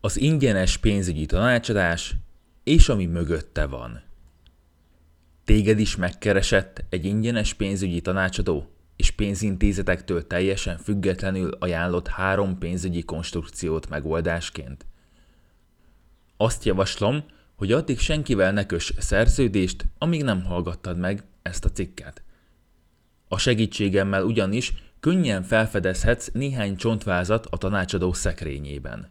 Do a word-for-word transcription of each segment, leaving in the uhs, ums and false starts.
Az ingyenes pénzügyi tanácsadás, és ami mögötte van. Téged is megkeresett egy ingyenes pénzügyi tanácsadó, és pénzintézetektől teljesen függetlenül ajánlott három pénzügyi konstrukciót megoldásként. Azt javaslom, hogy addig senkivel ne köss szerződést, amíg nem hallgattad meg ezt a cikket. A segítségemmel ugyanis könnyen felfedezhetsz néhány csontvázat a tanácsadó szekrényében.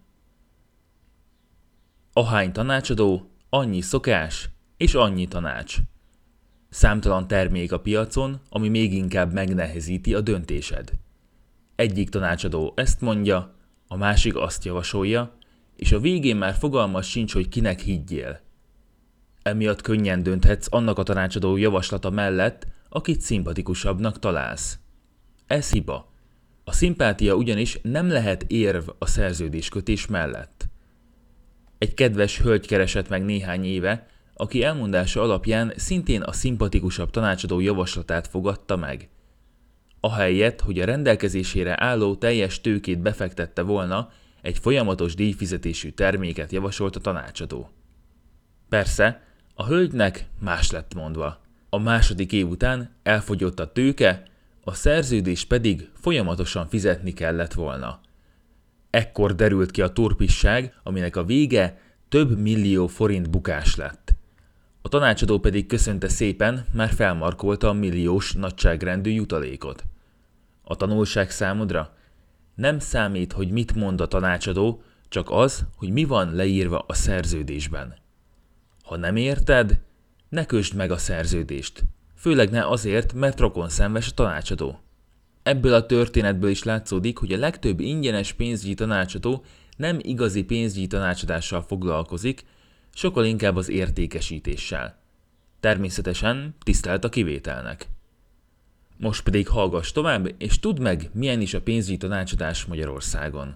Ahány tanácsadó, annyi szokás és annyi tanács. Számtalan termék a piacon, ami még inkább megnehezíti a döntésed. Egyik tanácsadó ezt mondja, a másik azt javasolja, és a végén már fogalmad sincs, hogy kinek higgyél. Emiatt könnyen dönthetsz annak a tanácsadó javaslata mellett, akit szimpatikusabbnak találsz. Ez hiba. A szimpátia ugyanis nem lehet érv a szerződéskötés mellett. Egy kedves hölgy keresett meg néhány éve, aki elmondása alapján szintén a szimpatikusabb tanácsadó javaslatát fogadta meg. Ahelyett, hogy a rendelkezésére álló teljes tőkét befektette volna, egy folyamatos díjfizetésű terméket javasolt a tanácsadó. Persze, a hölgynek más lett mondva. A második év után elfogyott a tőke, a szerződés pedig folyamatosan fizetni kellett volna. Ekkor derült ki a turpisság, aminek a vége több millió forint bukás lett. A tanácsadó pedig köszönte szépen, már felmarkolta a milliós nagyságrendű jutalékot. A tanulság számodra? Nem számít, hogy mit mond a tanácsadó, csak az, hogy mi van leírva a szerződésben. Ha nem érted, ne kösd meg a szerződést. Főleg ne azért, mert rokonszenves a tanácsadó. Ebből a történetből is látszódik, hogy a legtöbb ingyenes pénzügyi tanácsadó nem igazi pénzügyi tanácsadással foglalkozik, sokkal inkább az értékesítéssel. Természetesen tisztelt a kivételnek. Most pedig hallgass tovább, és tudd meg, milyen is a pénzügyi tanácsadás Magyarországon.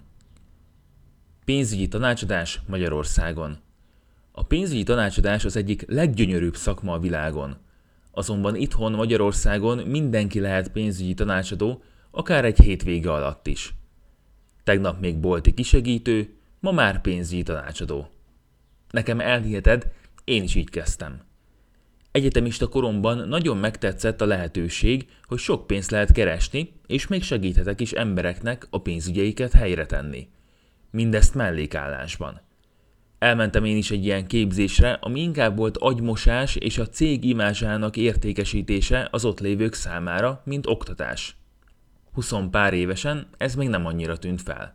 Pénzügyi tanácsadás Magyarországon. A pénzügyi tanácsadás az egyik leggyönyörűbb szakma a világon. Azonban itthon Magyarországon mindenki lehet pénzügyi tanácsadó, akár egy hétvége alatt is. Tegnap még bolti kisegítő, ma már pénzügyi tanácsadó. Nekem elhiheted, én is így kezdtem. Egyetemista koromban nagyon megtetszett a lehetőség, hogy sok pénzt lehet keresni, és még segíthetek is embereknek a pénzügyeiket helyre tenni. Mindezt mellékállásban. Elmentem én is egy ilyen képzésre, ami inkább volt agymosás és a cég imázsának értékesítése az ott lévők számára, mint oktatás. Huszon pár évesen ez még nem annyira tűnt fel.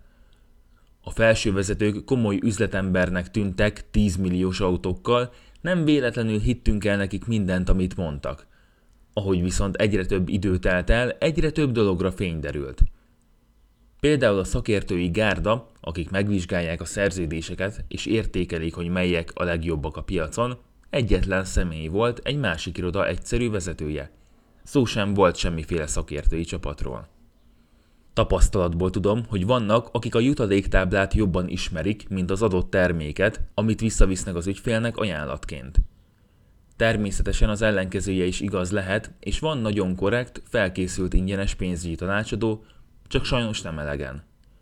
A felsővezetők komoly üzletembernek tűntek tízmilliós autókkal, nem véletlenül hittünk el nekik mindent, amit mondtak. Ahogy viszont egyre több idő telt el, egyre több dologra fény derült. Például a szakértői gárda, akik megvizsgálják a szerződéseket és értékelik, hogy melyek a legjobbak a piacon, egyetlen személy volt, egy másik iroda egyszerű vezetője. Szó sem volt semmiféle szakértői csapatról. Tapasztalatból tudom, hogy vannak, akik a jutaléktáblát jobban ismerik, mint az adott terméket, amit visszavisznek az ügyfélnek ajánlatként. Természetesen az ellenkezője is igaz lehet, és van nagyon korrekt, felkészült ingyenes pénzügyi tanácsadó, csak sajnos nem elegen.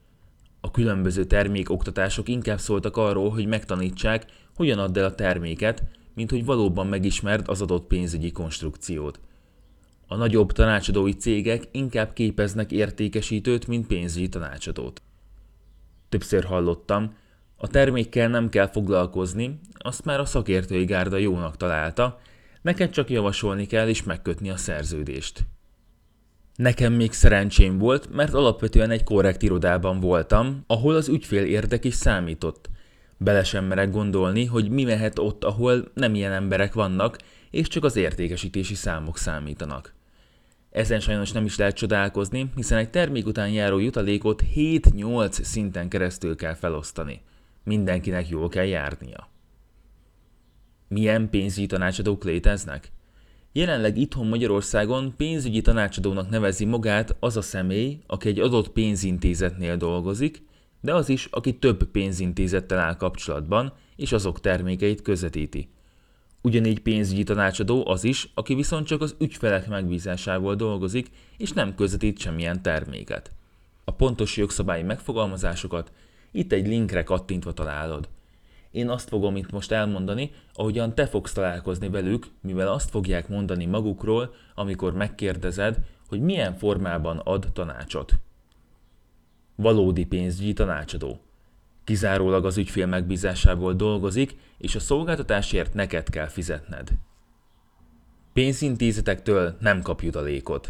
A különböző termékoktatások inkább szóltak arról, hogy megtanítsák, hogyan add el a terméket, mint hogy valóban megismerd az adott pénzügyi konstrukciót. A nagyobb tanácsadói cégek inkább képeznek értékesítőt, mint pénzügyi tanácsadót. Többször hallottam, a termékkel nem kell foglalkozni, azt már a szakértői gárda jónak találta, neked csak javasolni kell és megkötni a szerződést. Nekem még szerencsém volt, mert alapvetően egy korrekt irodában voltam, ahol az ügyfél érdek is számított. Bele sem merek gondolni, hogy mi mehet ott, ahol nem ilyen emberek vannak, és csak az értékesítési számok számítanak. Ezen sajnos nem is lehet csodálkozni, hiszen egy termék után járó jutalékot hét-nyolc szinten keresztül kell felosztani. Mindenkinek jól kell járnia. Milyen pénzügyi tanácsadók léteznek? Jelenleg itthon Magyarországon pénzügyi tanácsadónak nevezi magát az a személy, aki egy adott pénzintézetnél dolgozik, de az is, aki több pénzintézettel áll kapcsolatban, és azok termékeit közvetíti. Ugyanígy pénzügyi tanácsadó az is, aki viszont csak az ügyfelek megbízásával dolgozik, és nem közvetít semmilyen terméket. A pontos jogszabályi megfogalmazásokat Itt egy linkre kattintva találod. Én azt fogom itt most elmondani, ahogyan te fogsz találkozni velük, mivel azt fogják mondani magukról, amikor megkérdezed, hogy milyen formában ad tanácsot. Valódi pénzügyi tanácsadó. Kizárólag az ügyfél megbízásából dolgozik, és a szolgáltatásért neked kell fizetned. Pénzintézetektől nem kap jutalékot.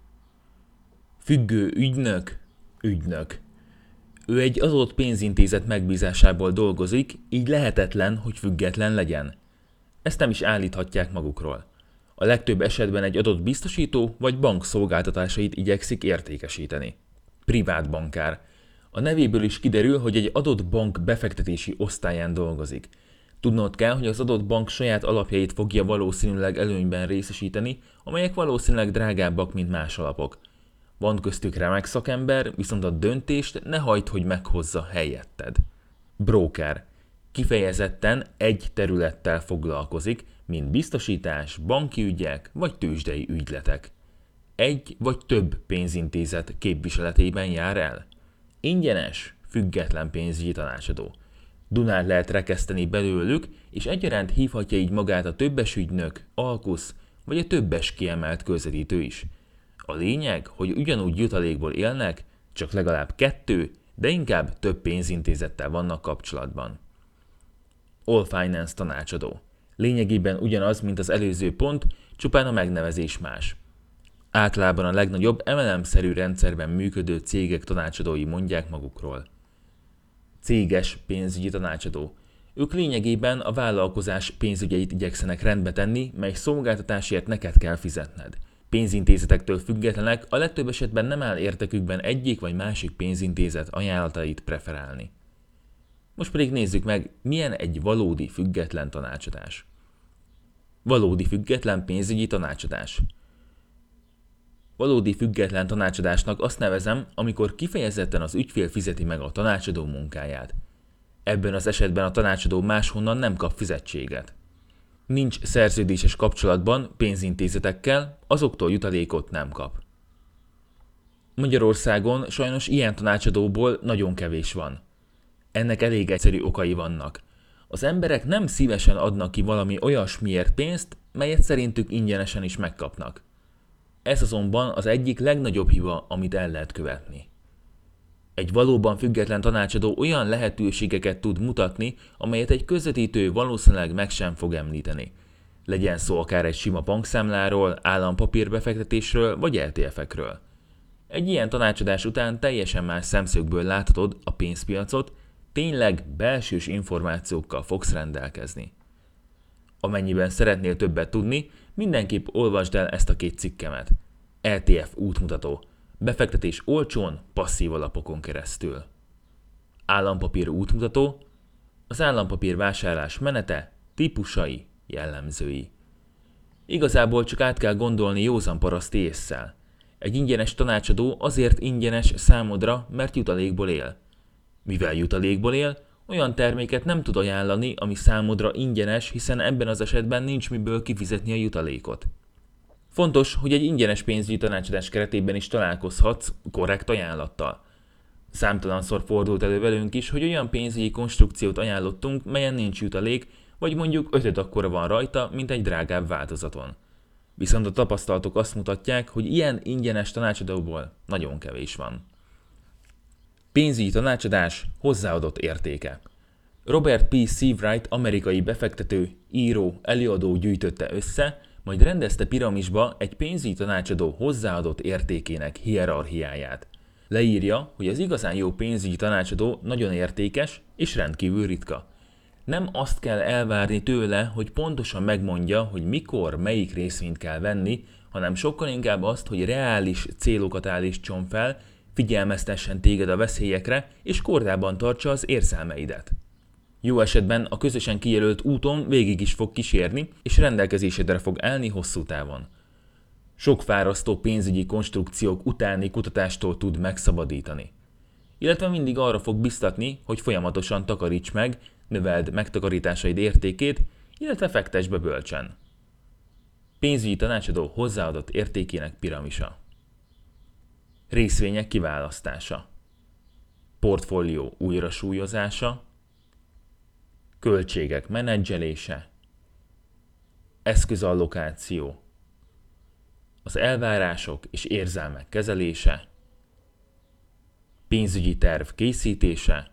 Függő ügynök, ügynök. Ő egy adott pénzintézet megbízásából dolgozik, így lehetetlen, hogy független legyen. Ezt nem is állíthatják magukról. A legtöbb esetben egy adott biztosító vagy bank szolgáltatásait igyekszik értékesíteni. Privát bankár. A nevéből is kiderül, hogy egy adott bank befektetési osztályán dolgozik. Tudnod kell, hogy az adott bank saját alapjait fogja valószínűleg előnyben részesíteni, amelyek valószínűleg drágábbak, mint más alapok. Van köztük remek szakember, viszont a döntést ne hagyd, hogy meghozza helyetted. Broker. Kifejezetten egy területtel foglalkozik, mint biztosítás, banki ügyek vagy tőzsdei ügyletek. Egy vagy több pénzintézet képviseletében jár el. Ingyenes, független pénzügyi tanácsadó. Dunát lehet rekeszteni belőlük, és egyaránt hívhatja így magát a többes ügynök, alkusz vagy a többes kiemelt közvetítő is. A lényeg, hogy ugyanúgy jutalékból élnek, csak legalább kettő, de inkább több pénzintézettel vannak kapcsolatban. All Finance tanácsadó. Lényegében ugyanaz, mint az előző pont, csupán a megnevezés más. Általában a legnagyobb em el em-szerű rendszerben működő cégek tanácsadói mondják magukról. Céges pénzügyi tanácsadó. Ők lényegében a vállalkozás pénzügyeit igyekszenek rendbe tenni, mely szolgáltatásért neked kell fizetned. Pénzintézetektől függetlenek, a legtöbb esetben nem áll értekükben egyik vagy másik pénzintézet ajánlatait preferálni. Most pedig nézzük meg, milyen egy valódi független tanácsadás. Valódi független pénzügyi tanácsadás. Valódi független tanácsadásnak azt nevezem, amikor kifejezetten az ügyfél fizeti meg a tanácsadó munkáját. Ebben az esetben a tanácsadó máshonnan nem kap fizetséget. Nincs szerződéses kapcsolatban pénzintézetekkel, azoktól jutalékot nem kap. Magyarországon sajnos ilyen tanácsadóból nagyon kevés van. Ennek elég egyszerű okai vannak. Az emberek nem szívesen adnak ki valami olyasmiért pénzt, melyet szerintük ingyenesen is megkapnak. Ez azonban az egyik legnagyobb hiba, amit el lehet követni. Egy valóban független tanácsadó olyan lehetőségeket tud mutatni, amelyet egy közvetítő valószínűleg meg sem fog említeni. Legyen szó akár egy sima bankszámláról, állampapírbefektetésről vagy é té ef-ekről. Egy ilyen tanácsadás után teljesen más szemszögből láthatod a pénzpiacot, tényleg belsős információkkal fogsz rendelkezni. Amennyiben szeretnél többet tudni, mindenképp olvasd el ezt a két cikkemet. é té ef útmutató. Befektetés olcsón, passzív alapokon keresztül. Állampapír útmutató. Az állampapír vásárlás menete, típusai, jellemzői. Igazából csak át kell gondolni józan paraszti ésszel. Egy ingyenes tanácsadó azért ingyenes számodra, mert jutalékból él. Mivel jutalékból él, olyan terméket nem tud ajánlani, ami számodra ingyenes, hiszen ebben az esetben nincs miből kifizetni a jutalékot. Fontos, hogy egy ingyenes pénzügyi tanácsadás keretében is találkozhatsz korrekt ajánlattal. Számtalanszor fordult elő velünk is, hogy olyan pénzügyi konstrukciót ajánlottunk, melyen nincs jutalék, vagy mondjuk ötöd akkora van rajta, mint egy drágább változaton. Viszont a tapasztalatok azt mutatják, hogy ilyen ingyenes tanácsadóból nagyon kevés van. Pénzügyi tanácsadás hozzáadott értéke. Robert P. Seawright amerikai befektető, író, előadó gyűjtötte össze, majd rendezte piramisba egy pénzügyi tanácsadó hozzáadott értékének hierarchiáját. Leírja, hogy az igazán jó pénzügyi tanácsadó nagyon értékes és rendkívül ritka. Nem azt kell elvárni tőle, hogy pontosan megmondja, hogy mikor, melyik részvényt kell venni, hanem sokkal inkább azt, hogy reális célokat állítson fel, figyelmeztessen téged a veszélyekre, és kordában tartsa az érzelmeidet. Jó esetben a közösen kijelölt úton végig is fog kísérni, és rendelkezésedre fog állni hosszú távon. Sok fárasztó pénzügyi konstrukciók utáni kutatástól tud megszabadítani. Illetve mindig arra fog biztatni, hogy folyamatosan takaríts meg, növeld megtakarításaid értékét, illetve fektess be bölcsen. Pénzügyi tanácsadó hozzáadott értékének piramisa. Részvények kiválasztása. portfólió újrasúlyozása, költségek menedzselése, eszközallokáció, az elvárások és érzelmek kezelése, pénzügyi terv készítése,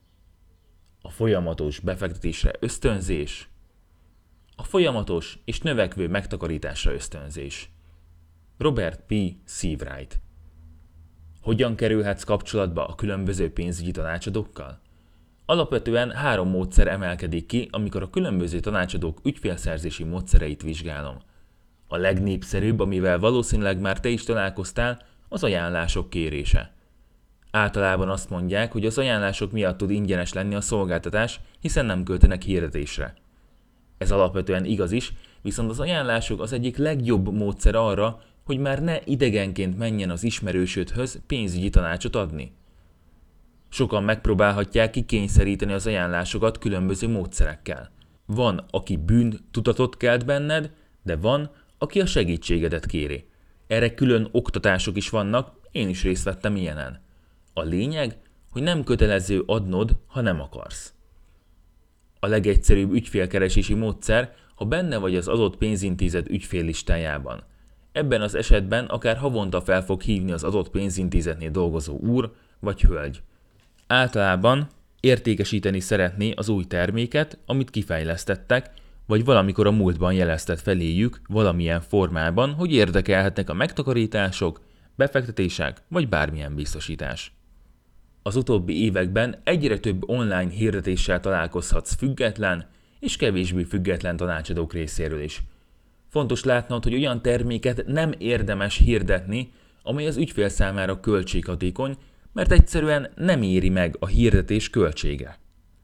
a folyamatos befektetésre ösztönzés, a folyamatos és növekvő megtakarításra ösztönzés. Robert P. Seawright. Hogyan kerülhetsz kapcsolatba a különböző pénzügyi tanácsadókkal? Alapvetően három módszer emelkedik ki, amikor a különböző tanácsadók ügyfélszerzési módszereit vizsgálom. A legnépszerűbb, amivel valószínűleg már te is találkoztál, az ajánlások kérése. Általában azt mondják, hogy az ajánlások miatt tud ingyenes lenni a szolgáltatás, hiszen nem költenek hirdetésre. Ez alapvetően igaz is, viszont az ajánlások az egyik legjobb módszer arra, hogy már ne idegenként menjen az ismerősödhöz pénzügyi tanácsot adni. Sokan megpróbálhatják kikényszeríteni az ajánlásokat különböző módszerekkel. Van, aki bűntudatot kelt benned, de van, aki a segítségedet kéri. Erre külön oktatások is vannak, én is részt vettem ilyenen. A lényeg, hogy nem kötelező adnod, ha nem akarsz. A legegyszerűbb ügyfélkeresési módszer, ha benne vagy az adott pénzintézet ügyféllistájában. Ebben az esetben akár havonta fel fog hívni az adott pénzintézetnél dolgozó úr vagy hölgy. Általában értékesíteni szeretné az új terméket, amit kifejlesztettek, vagy valamikor a múltban jelezted feléjük valamilyen formában, hogy érdekelhetnek a megtakarítások, befektetések vagy bármilyen biztosítás. Az utóbbi években egyre több online hirdetéssel találkozhatsz független és kevésbé független tanácsadók részéről is. Fontos látnod, hogy olyan terméket nem érdemes hirdetni, amely az ügyfél számára költséghatékony, mert egyszerűen nem éri meg a hirdetés költsége.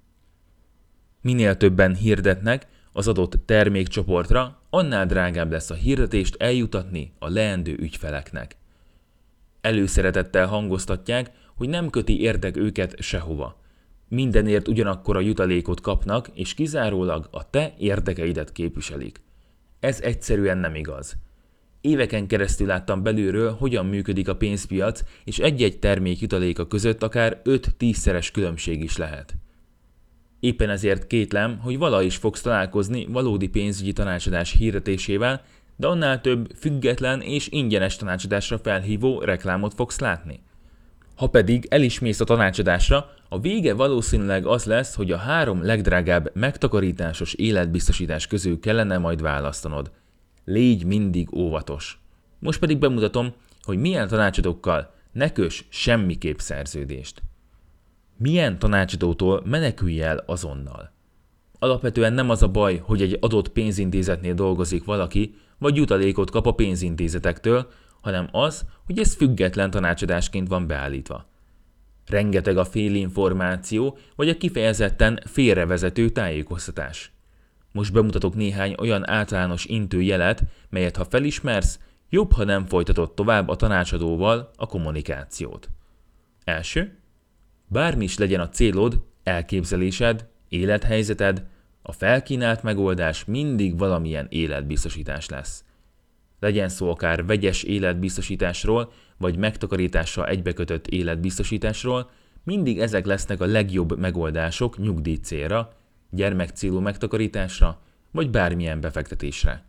Minél többen hirdetnek az adott termékcsoportra, annál drágább lesz a hirdetést eljutatni a leendő ügyfeleknek. Előszeretettel hangoztatják, hogy nem köti érdek őket sehova. Mindenért ugyanakkor a jutalékot kapnak, és kizárólag a te érdekeidet képviselik. Ez egyszerűen nem igaz. Éveken keresztül láttam belülről, hogyan működik a pénzpiac, és egy-egy termék jutaléka között akár öt-tízszeres különbség is lehet. Éppen ezért kétlem, hogy valaha is fogsz találkozni valódi pénzügyi tanácsadás hirdetésével, de annál több független és ingyenes tanácsadásra felhívó reklámot fogsz látni. Ha pedig el is mész a tanácsadásra, a vége valószínűleg az lesz, hogy a három legdrágább megtakarításos életbiztosítás közül kellene majd választanod. Légy mindig óvatos. Most pedig bemutatom, hogy milyen tanácsadókkal ne köss semmiképp szerződést. Milyen tanácsadótól menekülj el azonnal? Alapvetően nem az a baj, hogy egy adott pénzintézetnél dolgozik valaki, vagy jutalékot kap a pénzintézetektől, hanem az, hogy ez független tanácsadásként van beállítva. Rengeteg a félinformáció, vagy a kifejezetten félrevezető tájékoztatás. Most bemutatok néhány olyan általános intőjelet, melyet ha felismersz, jobb, ha nem folytatod tovább a tanácsadóval a kommunikációt. Első. Bármi is legyen a célod, elképzelésed, élethelyzeted, a felkínált megoldás mindig valamilyen életbiztosítás lesz. Legyen szó akár vegyes életbiztosításról, vagy megtakarítással egybekötött életbiztosításról, mindig ezek lesznek a legjobb megoldások nyugdíj célra, gyermekcélú megtakarításra, vagy bármilyen befektetésre.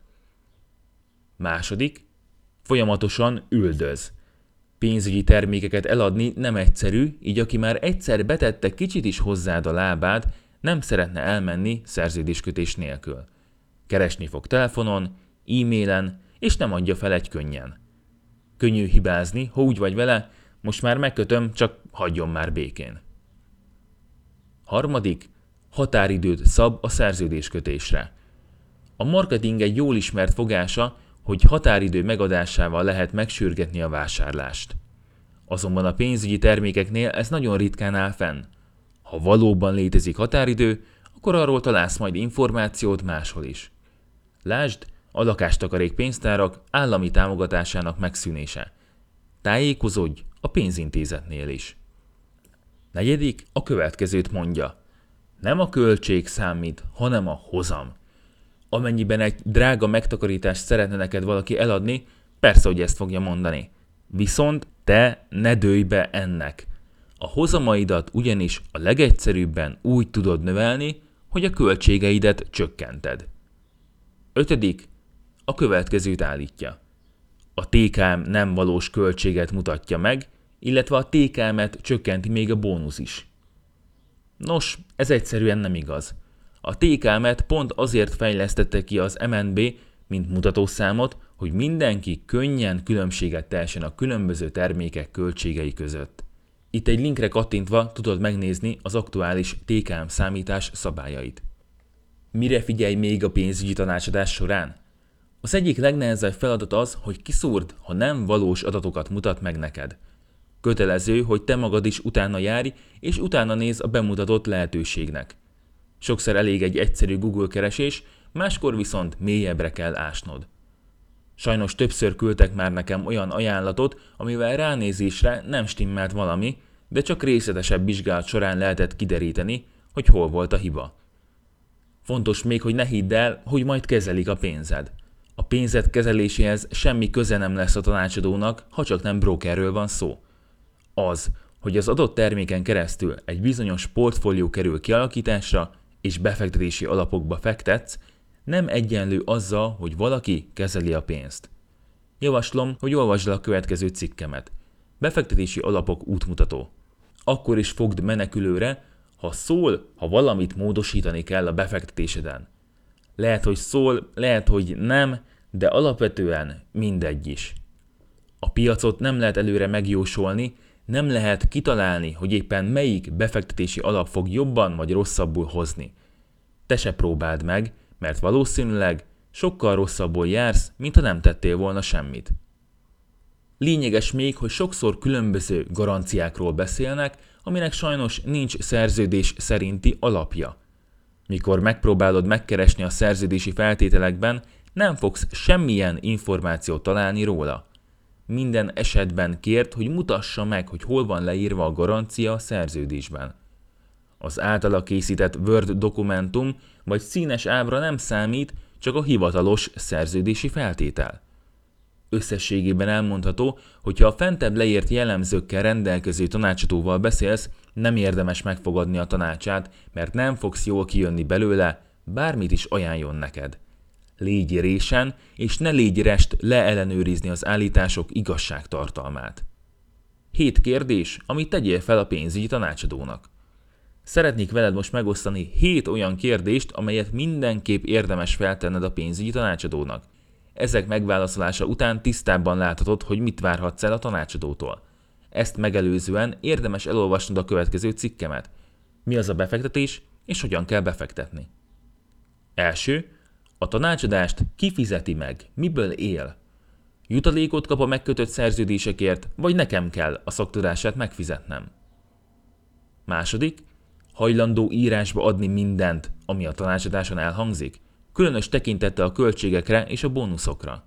Második, folyamatosan üldöz. Pénzügyi termékeket eladni nem egyszerű, így aki már egyszer betette kicsit is hozzád a lábát, nem szeretne elmenni szerződéskötés nélkül. Keresni fog telefonon, e-mailen, és nem adja fel egykönnyen. Könnyű hibázni, ha úgy vagy vele, most már megkötöm, csak hagyjon már békén. Harmadik, határidőt szab a szerződéskötésre. A marketing egy jól ismert fogása, hogy határidő megadásával lehet megsürgetni a vásárlást. Azonban a pénzügyi termékeknél ez nagyon ritkán áll fenn. Ha valóban létezik határidő, akkor arról találsz majd információt máshol is. Lásd, a lakástakarék pénztárak állami támogatásának megszűnése. Tájékozódj a pénzintézetnél is. Negyedik, a következőt mondja. Nem a költség számít, hanem a hozam. Amennyiben egy drága megtakarítást szeretne neked valaki eladni, persze, hogy ezt fogja mondani. Viszont te ne dőlj be ennek. A hozamaidat ugyanis a legegyszerűbben úgy tudod növelni, hogy a költségeidet csökkented. Ötödik. A következőt állítja. A té ká em nem valós költséget mutatja meg, illetve a té ká emet csökkenti még a bónusz is. Nos, ez egyszerűen nem igaz. A té ká emet pont azért fejlesztette ki az em en bé, mint mutatószámot, hogy mindenki könnyen különbséget tehessen a különböző termékek költségei között. Itt egy linkre kattintva tudod megnézni az aktuális té ká em számítás szabályait. Mire figyelj még a pénzügyi tanácsadás során? Az egyik legnehezebb feladat az, hogy kiszúrd, ha nem valós adatokat mutat meg neked. Kötelező, hogy te magad is utána járj, és utána nézz a bemutatott lehetőségnek. Sokszor elég egy egyszerű Google keresés, máskor viszont mélyebbre kell ásnod. Sajnos többször küldtek már nekem olyan ajánlatot, amivel ránézésre nem stimmelt valami, de csak részletesebb vizsgálat során lehetett kideríteni, hogy hol volt a hiba. Fontos még, hogy ne hidd el, hogy majd kezelik a pénzed. A pénzed kezeléséhez semmi köze nem lesz a tanácsadónak, ha csak nem brokerről van szó. Az, hogy az adott terméken keresztül egy bizonyos portfólió kerül kialakításra, és befektetési alapokba fektetsz, nem egyenlő azzal, hogy valaki kezeli a pénzt. Javaslom, hogy olvasd el a következő cikkemet. Befektetési alapok útmutató. Akkor is fogd menekülőre, ha szól, ha valamit módosítani kell a befektetéseden. Lehet, hogy szól, lehet, hogy nem, de alapvetően mindegy is. A piacot nem lehet előre megjósolni, nem lehet kitalálni, hogy éppen melyik befektetési alap fog jobban vagy rosszabbul hozni. Te se próbáld meg, mert valószínűleg sokkal rosszabbul jársz, mint ha nem tettél volna semmit. Lényeges még, hogy sokszor különböző garanciákról beszélnek, aminek sajnos nincs szerződés szerinti alapja. Mikor megpróbálod megkeresni a szerződési feltételekben, nem fogsz semmilyen információt találni róla. Minden esetben kért, hogy mutassa meg, hogy hol van leírva a garancia a szerződésben. Az általa készített Word dokumentum vagy színes ábra nem számít, csak a hivatalos szerződési feltétel. Összességében elmondható, hogy ha a fentebb leírt jellemzőkkel rendelkező tanácsadóval beszélsz, nem érdemes megfogadni a tanácsát, mert nem fogsz jól kijönni belőle, bármit is ajánljon neked. Légy résen, és ne légy rest leellenőrizni az állítások igazságtartalmát. Hét kérdés, amit tegyél fel a pénzügyi tanácsadónak. Szeretnék veled most megosztani hét olyan kérdést, amelyet mindenképp érdemes feltenned a pénzügyi tanácsadónak. Ezek megválaszolása után tisztábban láthatod, hogy mit várhatsz el a tanácsadótól. Ezt megelőzően érdemes elolvasnod a következő cikkemet. Mi az a befektetés, és hogyan kell befektetni. Első. A tanácsadást ki fizeti meg, miből él? Jutalékot kap a megkötött szerződésekért, vagy nekem kell a szaktudását megfizetnem? Második. Hajlandó írásba adni mindent, ami a tanácsadáson elhangzik, különös tekintettel a költségekre és a bónuszokra.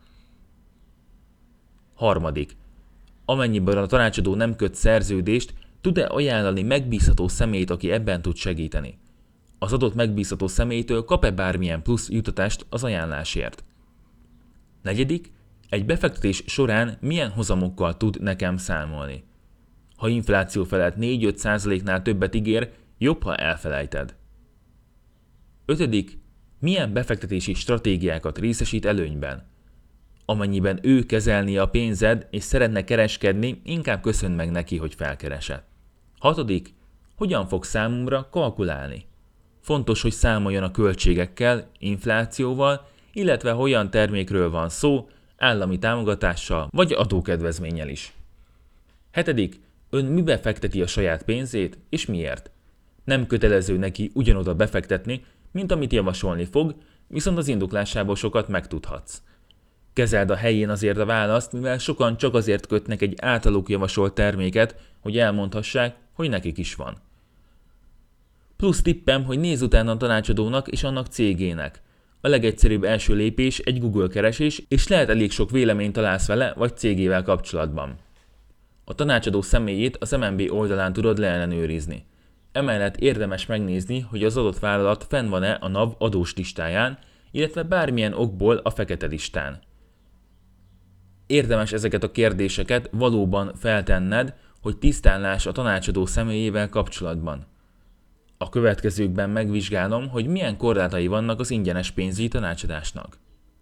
Harmadik. Amennyiben a tanácsadó nem köt szerződést, tud-e ajánlani megbízható személyt, aki ebben tud segíteni? Az adott megbízható személytől kap-e bármilyen plusz jutatást az ajánlásért? Negyedik. Egy befektetés során milyen hozamokkal tud nekem számolni? Ha infláció felett négy-öt százaléknál többet ígér, jobb, ha elfelejted. Ötödik. Milyen befektetési stratégiákat részesít előnyben? Amennyiben ő kezelni a pénzed és szeretne kereskedni, inkább köszönd meg neki, hogy felkeresed. Hatodik. Hogyan fog számomra kalkulálni? Fontos, hogy számoljon a költségekkel, inflációval, illetve olyan termékről van szó, állami támogatással vagy adókedvezménnyel is. Hetedik. Ön mibe fekteti a saját pénzét, és miért? Nem kötelező neki ugyanoda befektetni, mint amit javasolni fog, viszont az indoklásából sokat megtudhatsz. Kezeld a helyén azért a választ, mivel sokan csak azért kötnek egy általuk javasolt terméket, hogy elmondhassák, hogy nekik is van. Plusz tippem, hogy nézz utána a tanácsadónak és annak cégének. A legegyszerűbb első lépés egy Google keresés, és lehet elég sok véleményt találsz vele vagy cégével kapcsolatban. A tanácsadó személyét az em en bé oldalán tudod leellenőrizni. Emellett érdemes megnézni, hogy az adott vállalat fenn van-e a NAV adós listáján, illetve bármilyen okból a fekete listán. Érdemes ezeket a kérdéseket valóban feltenned, hogy tisztán láss a tanácsadó személyével kapcsolatban. A következőkben megvizsgálom, hogy milyen korlátai vannak az ingyenes pénzügyi tanácsadásnak.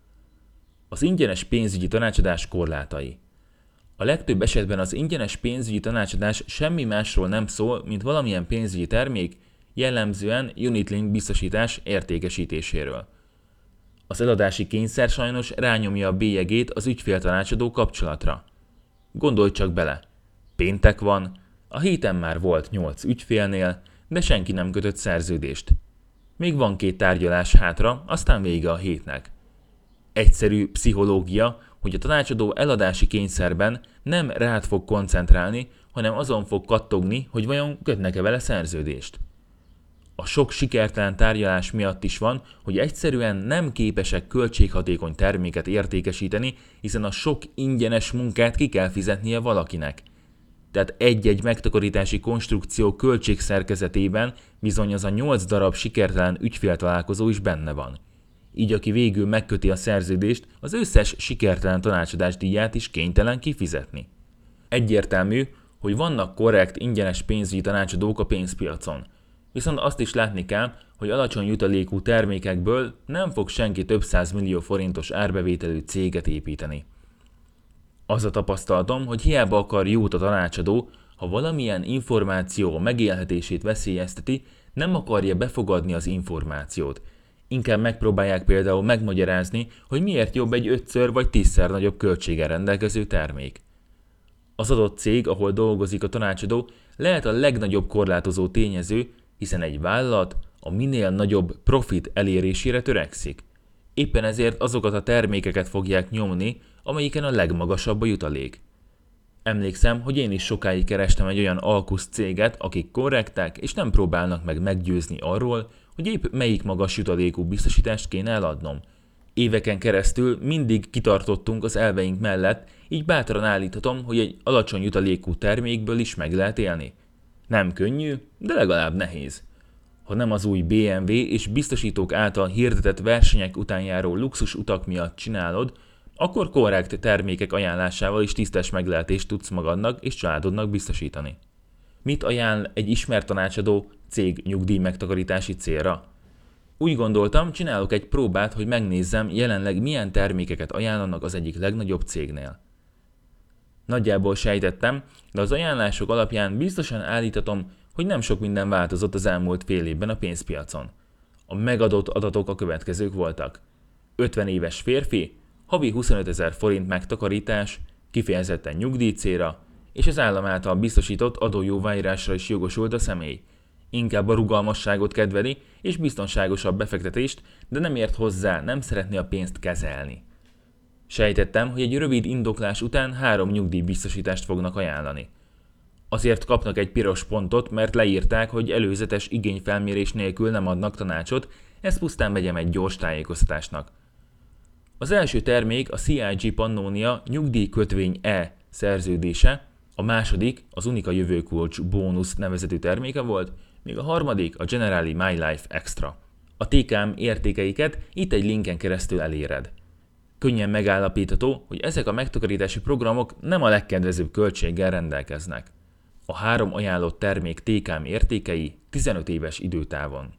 Az ingyenes pénzügyi tanácsadás korlátai. A legtöbb esetben az ingyenes pénzügyi tanácsadás semmi másról nem szól, mint valamilyen pénzügyi termék, jellemzően unit-link biztosítás értékesítéséről. Az eladási kényszer sajnos rányomja a bélyegét az ügyféltanácsadó kapcsolatra. Gondolj csak bele, péntek van, a héten már volt nyolc ügyfélnél, de senki nem kötött szerződést. Még van két tárgyalás hátra, aztán vége a hétnek. Egyszerű pszichológia, hogy a tanácsadó eladási kényszerben nem rád fog koncentrálni, hanem azon fog kattogni, hogy vajon kötnek-e vele szerződést. A sok sikertelen tárgyalás miatt is van, hogy egyszerűen nem képesek költséghatékony terméket értékesíteni, hiszen a sok ingyenes munkát ki kell fizetnie valakinek. Tehát egy-egy megtakarítási konstrukció költségszerkezetében bizony az a nyolc darab sikertelen ügyféltalálkozó is benne van. Így aki végül megköti a szerződést, az összes sikertelen tanácsadás díját is kénytelen kifizetni. Egyértelmű, hogy vannak korrekt ingyenes pénzügyi tanácsadók a pénzpiacon. Viszont azt is látni kell, hogy alacsony jutalékú termékekből nem fog senki több száz millió forintos árbevételű céget építeni. Az a tapasztalatom, hogy hiába akar jót a tanácsadó, ha valamilyen információ a megélhetését veszélyezteti, nem akarja befogadni az információt. Inkább megpróbálják például megmagyarázni, hogy miért jobb egy ötször vagy tízszer nagyobb költséggel rendelkező termék. Az adott cég, ahol dolgozik a tanácsadó, lehet a legnagyobb korlátozó tényező, hiszen egy vállalat a minél nagyobb profit elérésére törekszik. Éppen ezért azokat a termékeket fogják nyomni, amelyiken a legmagasabb a jutalék. Emlékszem, hogy én is sokáig kerestem egy olyan alkusz céget, akik korrekták és nem próbálnak meg meggyőzni arról, hogy épp melyik magas jutalékú biztosítást kéne eladnom. Éveken keresztül mindig kitartottunk az elveink mellett, így bátran állíthatom, hogy egy alacsony jutalékú termékből is meg lehet élni. Nem könnyű, de legalább nehéz. Ha nem az új bé em vé és biztosítók által hirdetett versenyek után járó luxus utak miatt csinálod, akkor korrekt termékek ajánlásával is tisztes meglehetést tudsz magadnak és családodnak biztosítani. Mit ajánl egy ismert tanácsadó cég nyugdíj megtakarítási célra? Úgy gondoltam, csinálok egy próbát, hogy megnézzem, jelenleg milyen termékeket ajánlanak az egyik legnagyobb cégnél. Nagyjából sejtettem, de az ajánlások alapján biztosan állíthatom, hogy nem sok minden változott az elmúlt fél évben a pénzpiacon. A megadott adatok a következők voltak. ötven éves férfi, havi huszonötezer forint megtakarítás, kifejezetten nyugdíjcélra, és az állam által biztosított adójóváírásra is jogosult a személy. Inkább a rugalmasságot kedveli és biztonságosabb befektetést, de nem ért hozzá, nem szeretné a pénzt kezelni. Sejtettem, hogy egy rövid indoklás után három nyugdíjbiztosítást fognak ajánlani. Azért kapnak egy piros pontot, mert leírták, hogy előzetes igényfelmérés nélkül nem adnak tanácsot, ezt pusztán vegyem egy gyors tájékoztatásnak. Az első termék a cé i gé Pannonia nyugdíjkötvény E szerződése, a második az Unica Jövőkulcs Bónusz nevezetű terméke volt, míg a harmadik a Generali My Life Extra. A té ká em értékeiket itt egy linken keresztül eléred. Könnyen megállapítható, hogy ezek a megtakarítási programok nem a legkedvezőbb költséggel rendelkeznek. A három ajánlott termék té ká em értékei tizenöt éves időtávon.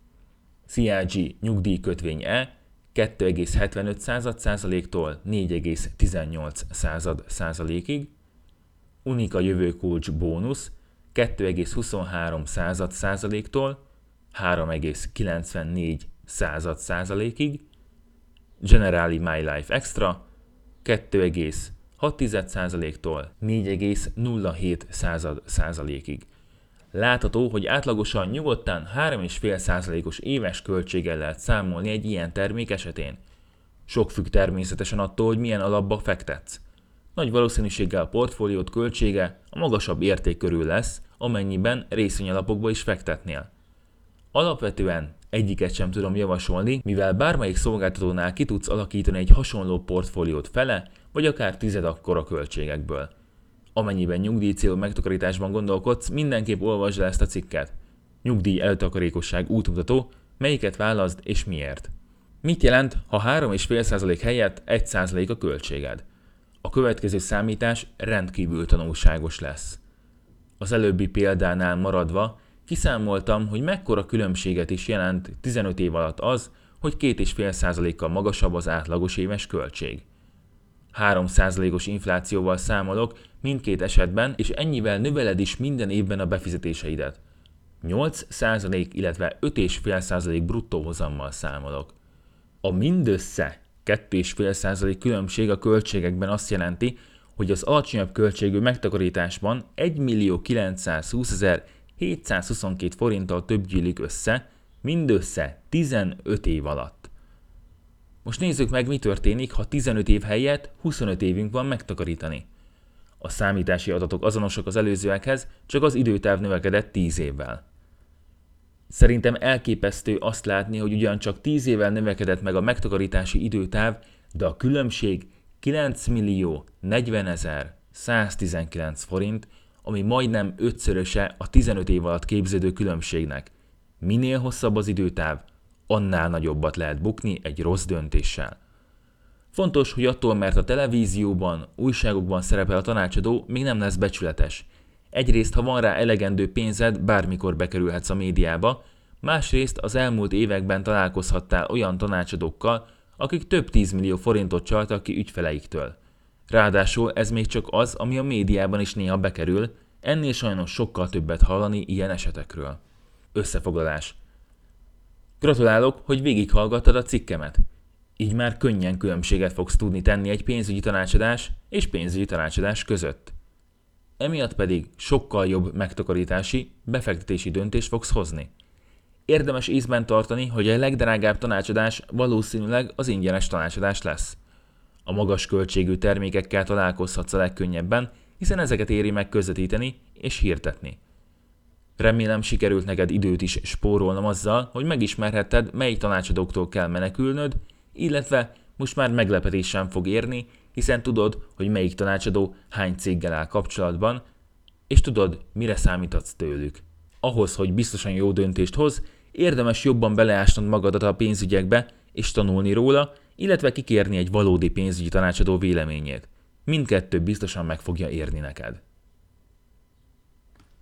cé i gé nyugdíjkötvény E kettő egész hetvenöt százaléktól négy egész tizennyolc százalékig, Unica Jövőkulcs Bónusz kettő egész huszonhárom százaléktól három egész kilencvennégy százalékig, Generali My Life Extra kettő egész hat százaléktól négy egész nulla hét százalékig. Látható, hogy átlagosan nyugodtan három egész öt százalékos éves költséggel lehet számolni egy ilyen termék esetén. Sok függ természetesen attól, hogy milyen alapba fektetsz. Nagy valószínűséggel a portfóliót költsége a magasabb érték körül lesz, amennyiben részvényalapokba is fektetnél. Alapvetően egyiket sem tudom javasolni, mivel bármelyik szolgáltatónál ki tudsz alakítani egy hasonló portfóliót fele, vagy akár tized akkora költségekből. Amennyiben nyugdíjcélú megtakarításban gondolkodsz, mindenképp olvasd el ezt a cikket. Nyugdíj előtakarékosság útmutató, melyiket válaszd és miért. Mit jelent, ha három egész öt százalék helyett egy százalék a költséged? A következő számítás rendkívül tanulságos lesz. Az előbbi példánál maradva kiszámoltam, hogy mekkora különbséget is jelent tizenöt év alatt az, hogy két egész öt százalékkal magasabb az átlagos éves költség. három százalékos inflációval számolok mindkét esetben, és ennyivel növeled is minden évben a befizetéseidet. nyolc százalék, illetve öt egész öt százalék bruttó hozammal számolok. A mindössze két egész öt százalék különbség a költségekben azt jelenti, hogy az alacsonyabb költségű megtakarításban egymillió kilencszázhúszezer-hétszázhuszonkettő forinttal több gyűlik össze, mindössze tizenöt év alatt. Most nézzük meg, mi történik, ha tizenöt év helyett huszonöt évünk van megtakarítani. A számítási adatok azonosak az előzőekhez, csak az időtáv növekedett tíz évvel. Szerintem elképesztő azt látni, hogy ugyancsak tíz évvel növekedett meg a megtakarítási időtáv, de a különbség kilencmillió negyvenezer-száztizenkilenc forint, ami majdnem ötszöröse a tizenöt év alatt képződő különbségnek. Minél hosszabb az időtáv, annál nagyobbat lehet bukni egy rossz döntéssel. Fontos, hogy attól, mert a televízióban, újságokban szerepel a tanácsadó, még nem lesz becsületes. Egyrészt, ha van rá elegendő pénzed, bármikor bekerülhetsz a médiába, másrészt az elmúlt években találkozhattál olyan tanácsadókkal, akik több tízmillió forintot csaltak ki ügyfeleiktől. Ráadásul ez még csak az, ami a médiában is néha bekerül, ennél sajnos sokkal többet hallani ilyen esetekről. Összefoglalás. Gratulálok, hogy végighallgattad a cikkemet. Így már könnyen különbséget fogsz tudni tenni egy pénzügyi tanácsadás és pénzügyi tanácsadás között. Emiatt pedig sokkal jobb megtakarítási, befektetési döntést fogsz hozni. Érdemes észben tartani, hogy a legdrágább tanácsadás valószínűleg az ingyenes tanácsadás lesz. A magas költségű termékekkel találkozhatsz a legkönnyebben, hiszen ezeket éri meg közvetíteni és hirdetni. Remélem sikerült neked időt is spórolnom azzal, hogy megismerhetted, melyik tanácsadóktól kell menekülnöd, illetve most már meglepetés sem fog érni, hiszen tudod, hogy melyik tanácsadó hány céggel áll kapcsolatban, és tudod, mire számíthatsz tőlük. Ahhoz, hogy biztosan jó döntést hoz, érdemes jobban beleásnod magadat a pénzügyekbe és tanulni róla, illetve kikérni egy valódi pénzügyi tanácsadó véleményét. Mindkettő biztosan meg fogja érni neked.